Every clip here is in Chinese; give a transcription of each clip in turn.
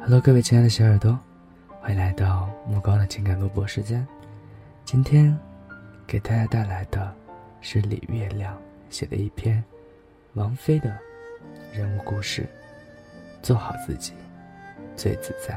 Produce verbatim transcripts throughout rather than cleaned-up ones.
Hello， 各位亲爱的小耳朵，欢迎来到木高的情感录播时间。今天给大家带来的是李月亮写的一篇王菲的人物故事，做好自己最自在。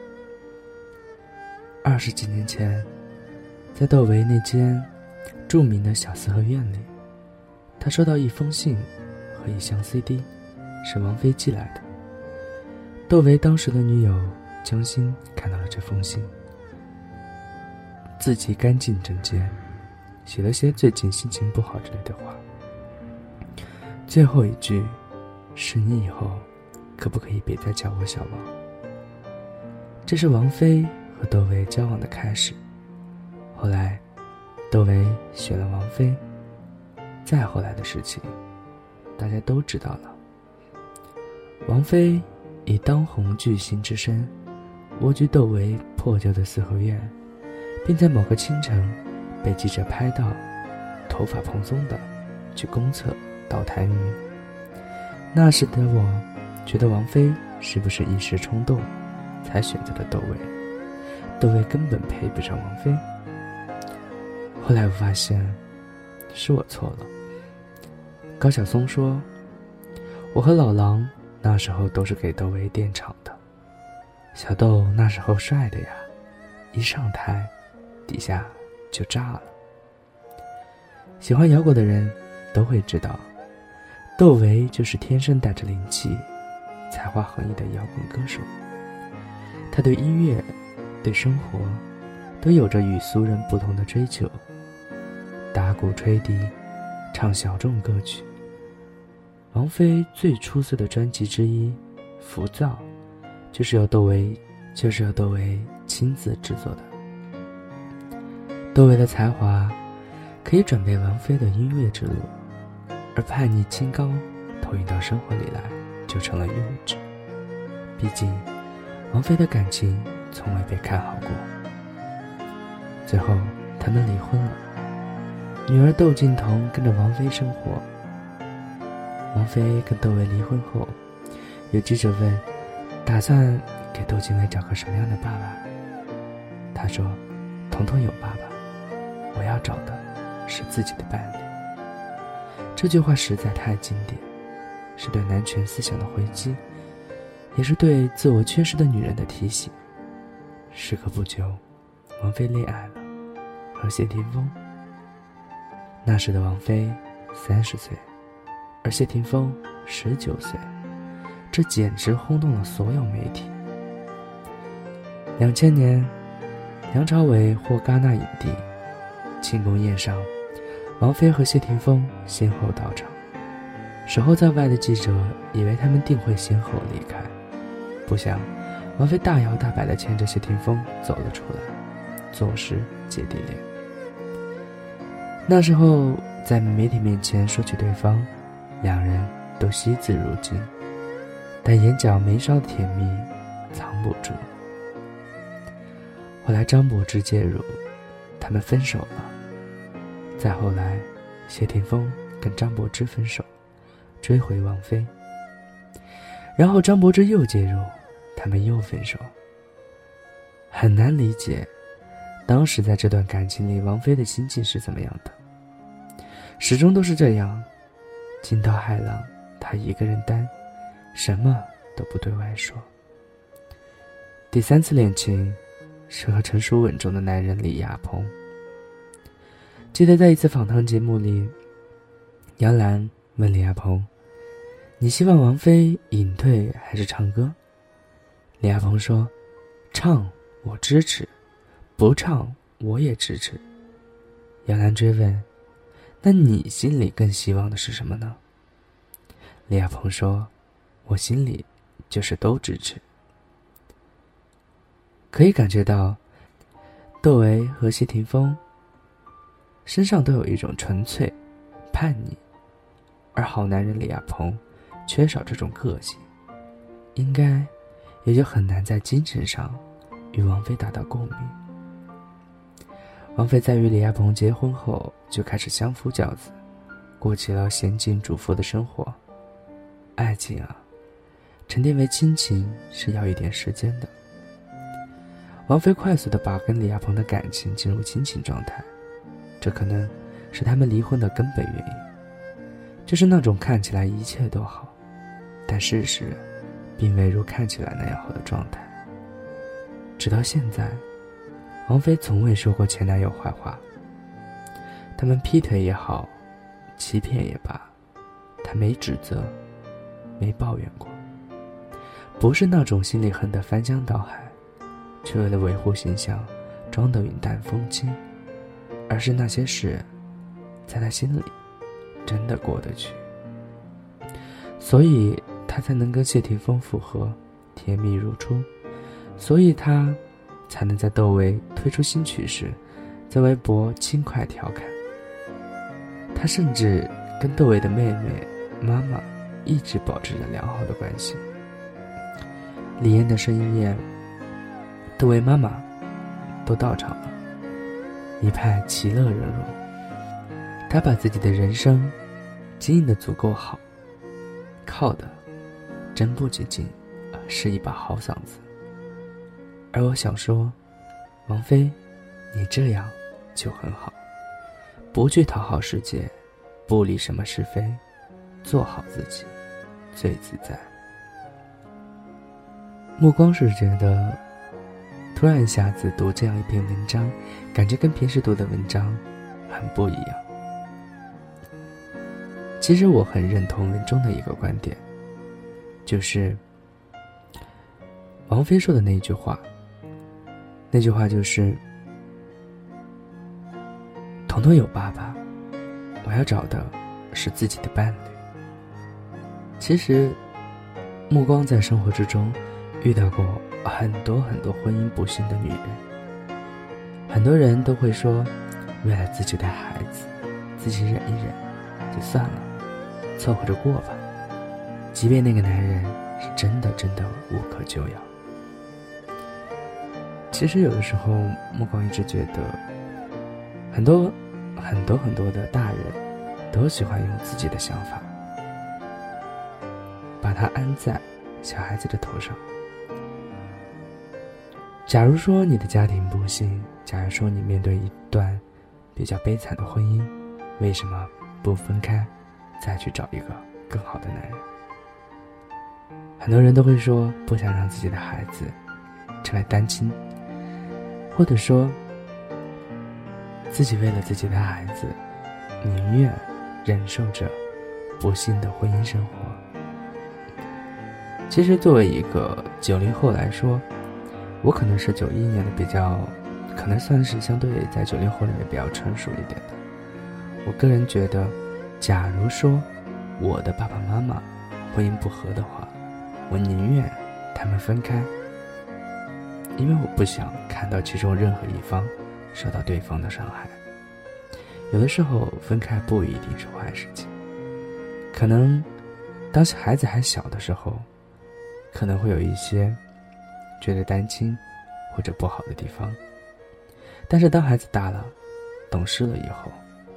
二十几年前，在窦唯那间著名的小四合院里，他收到一封信和一箱 C D， 是王菲寄来的。窦唯当时的女友江欣看到了这封信，字迹干净整洁，写了些最近心情不好之类的话。最后一句是你以后可不可以别再叫我小王。这是王菲和窦唯交往的开始。后来窦唯选了王菲，再后来的事情大家都知道了。王菲以当红巨星之身蜗居窦唯破旧的四合院，并在某个清晨被记者拍到头发蓬松的去公厕倒痰盂。那时的我觉得王菲是不是一时冲动才选择了窦唯，窦唯根本配不上王菲。后来我发现是我错了。高晓松说，我和老狼那时候都是给窦唯垫场的，小窦那时候帅的呀，一上台底下就炸了。喜欢摇滚的人都会知道，窦唯就是天生带着灵气、才华横溢的摇滚歌手。他对音乐、对生活都有着与俗人不同的追求，打鼓吹笛，唱小众歌曲。王菲最出色的专辑之一《浮躁》，就是由窦唯就是由窦唯亲自制作的。窦唯的才华可以转变王菲的音乐之路，而叛逆清高投影到生活里来就成了幼稚。毕竟王菲的感情从未被看好过。最后他们离婚了，女儿窦靖童跟着王菲生活。王菲跟窦唯离婚后，有记者问，打算给窦靖童找个什么样的爸爸？他说，童童有爸爸，我要找的是自己的伴侣。这句话实在太经典，是对男权思想的回击，也是对自我缺失的女人的提醒。时隔不久，王菲恋爱了，和谢霆锋。那时的王菲三十岁，而谢霆锋十九岁，这简直轰动了所有媒体。两千年，梁朝伟获戛纳影帝，庆功宴上，王菲和谢霆锋先后到场。守候在外的记者以为他们定会先后离开，不想王菲大摇大摆地牵着谢霆锋走了出来，作势姐弟恋。那时候在媒体面前说起对方，两人都惜字如金，但眼角眉梢的甜蜜藏不住。后来张柏芝介入，他们分手了。再后来谢霆锋跟张柏芝分手，追回王菲。然后张柏芝又介入，他们又分手。很难理解当时在这段感情里王菲的心境是怎么样的。始终都是这样，惊涛骇浪，她一个人担，什么都不对外说。第三次恋情是和成熟稳重的男人李亚鹏。记得在一次访谈节目里，杨澜问李亚鹏，你希望王菲隐退还是唱歌？李亚鹏说，唱我支持，不唱我也支持。杨澜追问，那你心里更希望的是什么呢？李亚鹏说，我心里就是都支持。可以感觉到窦唯和谢霆锋身上都有一种纯粹叛逆，而好男人李亚鹏缺少这种个性，应该也就很难在精神上与王菲达到共鸣。王菲在与李亚鹏结婚后就开始相夫教子，过起了娴静主妇的生活。爱情啊， 沉淀为亲情是要一点时间的。王菲快速地把跟李亚鹏的感情进入亲情状态，这可能是他们离婚的根本原因，就是那种看起来一切都好，但事实并未如看起来那样好的状态。直到现在，王菲从未说过前男友坏话，他们劈腿也好，欺骗也罢，她没指责，没抱怨过，不是那种心里恨得翻江倒海，却为了维护形象装得云淡风轻，而是那些事在她心里真的过得去，所以她才能跟谢霆锋复合，甜蜜如初，所以她才能在窦唯推出新曲时在微博轻快调侃。她甚至跟窦唯的妹妹妈妈一直保持着良好的关系。李嫣的生日宴，窦唯妈妈都到场了，一派其乐融融。她把自己的人生经营得足够好，靠的真不仅仅是一把好嗓子。而我想说，王菲，你这样就很好，不去讨好世界，不理什么是非，做好自己，最自在。目光是觉得突然一下子读这样一篇文章，感觉跟平时读的文章很不一样。其实我很认同文中的一个观点，就是王菲说的那一句话，那句话就是彤彤有爸爸，我要找的是自己的伴侣。其实目光在生活之中遇到过很多很多婚姻不幸的女人，很多人都会说，为了自己的孩子，自己忍一忍就算了，凑合着过吧，即便那个男人是真的真的无可救药。其实有的时候目光一直觉得，很多很多很多的大人都喜欢用自己的想法把它安在小孩子的头上。假如说你的家庭不幸，假如说你面对一段比较悲惨的婚姻，为什么不分开再去找一个更好的男人？很多人都会说不想让自己的孩子成为单亲，或者说自己为了自己的孩子宁愿忍受着不幸的婚姻生活。其实作为一个九零后来说，我可能是九一年的比较，可能算是相对在九零后里面比较成熟一点的。我个人觉得，假如说我的爸爸妈妈婚姻不和的话，我宁愿他们分开，因为我不想看到其中任何一方受到对方的伤害。有的时候分开不一定是坏事情，可能当孩子还小的时候，可能会有一些觉得单亲或者不好的地方，但是当孩子大了懂事了以后，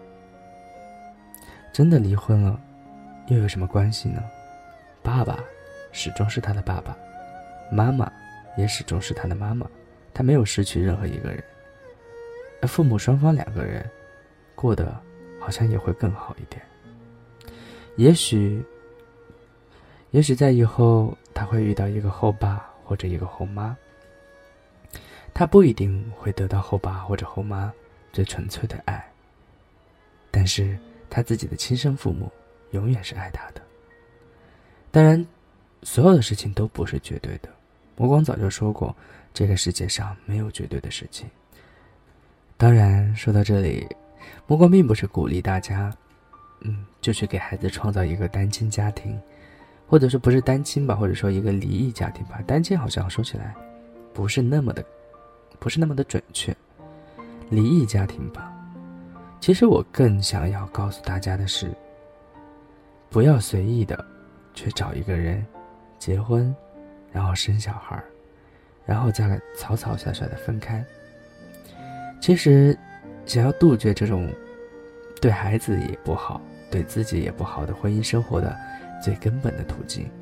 真的离婚了又有什么关系呢？爸爸始终是他的爸爸，妈妈也始终是他的妈妈，他没有失去任何一个人，而父母双方两个人过得好像也会更好一点。也许也许在以后他会遇到一个后爸或者一个后妈，他不一定会得到后爸或者后妈最纯粹的爱，但是他自己的亲生父母永远是爱他的。当然所有的事情都不是绝对的，目光早就说过，这个世界上没有绝对的事情。当然说到这里，目光并不是鼓励大家嗯，就去给孩子创造一个单亲家庭，或者说不是单亲吧，或者说一个离异家庭吧。单亲好像说起来不是那么的不是那么的准确，离异家庭吧。其实我更想要告诉大家的是，不要随意的去找一个人结婚，然后生小孩，然后再草草率率的分开。其实想要杜绝这种对孩子也不好对自己也不好的婚姻生活的最根本的途径，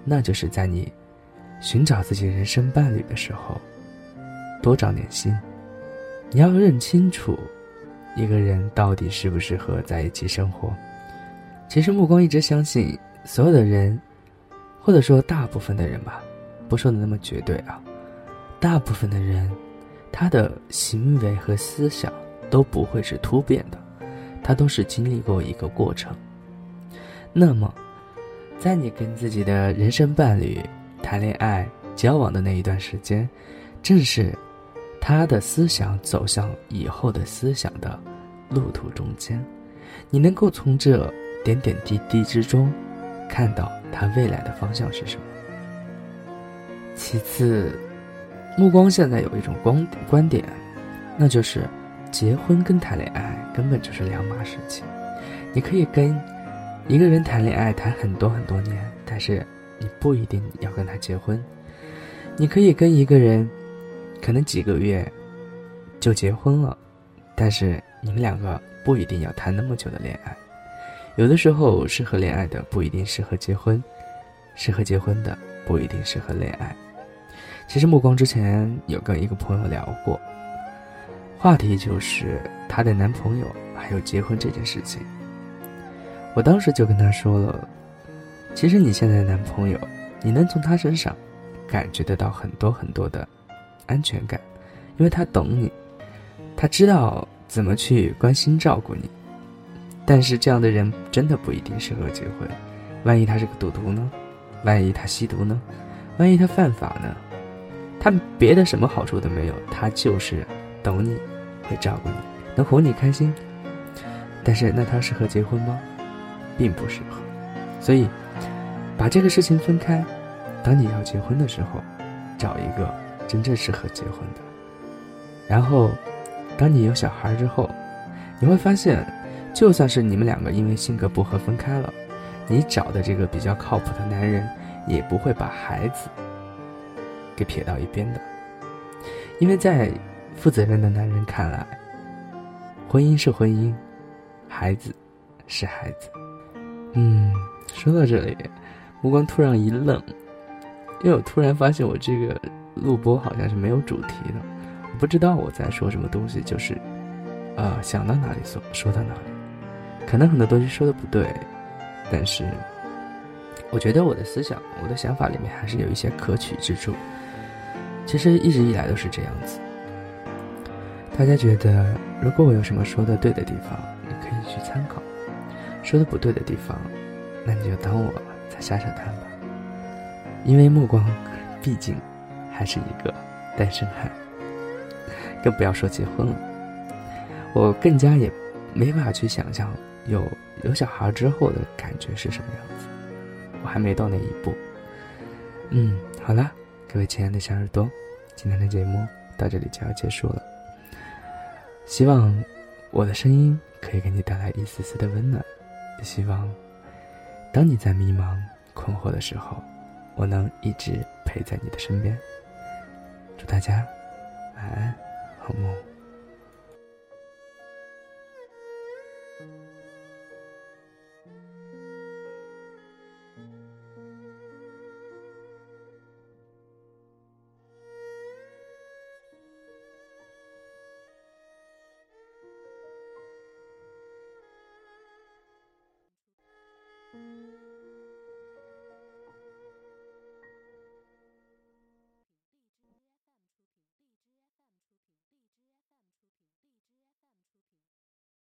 那就是在你寻找自己人生伴侣的时候，多长点心。你要认清楚一个人到底适不适合在一起生活。其实目光一直相信，所有的人，或者说大部分的人吧，不说的那么绝对啊，大部分的人他的行为和思想都不会是突变的，他都是经历过一个过程。那么在你跟自己的人生伴侣谈恋爱交往的那一段时间，正是他的思想走向以后的思想的路途中间，你能够从这点点滴滴之中看到他未来的方向是什么。其次，目光现在有一种观观点，那就是结婚跟谈恋爱根本就是两码事情。你可以跟一个人谈恋爱谈很多很多年，但是你不一定要跟他结婚。你可以跟一个人可能几个月就结婚了，但是你们两个不一定要谈那么久的恋爱。有的时候适合恋爱的不一定适合结婚，适合结婚的不一定适合恋爱。其实目光之前有跟一个朋友聊过，话题就是她的男朋友还有结婚这件事情。我当时就跟她说了，其实你现在的男朋友，你能从他身上感觉得到很多很多的安全感，因为他懂你，他知道怎么去关心照顾你。但是这样的人真的不一定适合结婚，万一他是个赌徒呢？万一他吸毒呢？万一他犯法呢？他别的什么好处都没有，他就是懂你，会照顾你，能哄你开心。但是那他适合结婚吗？并不适合。所以把这个事情分开，当你要结婚的时候，找一个真正适合结婚的。然后当你有小孩之后，你会发现，就算是你们两个因为性格不合分开了，你找的这个比较靠谱的男人也不会把孩子给撇到一边的。因为在负责任的男人看来，婚姻是婚姻，孩子是孩子。嗯，说到这里，目光突然一愣，因为我突然发现我这个录播好像是没有主题的，我不知道我在说什么东西，就是呃，想到哪里说说到哪里。可能很多东西说的不对，但是我觉得我的思想我的想法里面还是有一些可取之处。其实一直以来都是这样子。大家觉得如果我有什么说的对的地方，你可以去参考，说的不对的地方，那你就当我在瞎扯淡吧。因为目光毕竟还是一个单身汉，更不要说结婚了。我更加也没法去想象有有小孩之后的感觉是什么样子，我还没到那一步。嗯，好啦，各位亲爱的小耳朵，今天的节目到这里就要结束了。希望我的声音可以给你带来一丝丝的温暖，也希望当你在迷茫困惑的时候，我能一直陪在你的身边。祝大家晚安，好梦。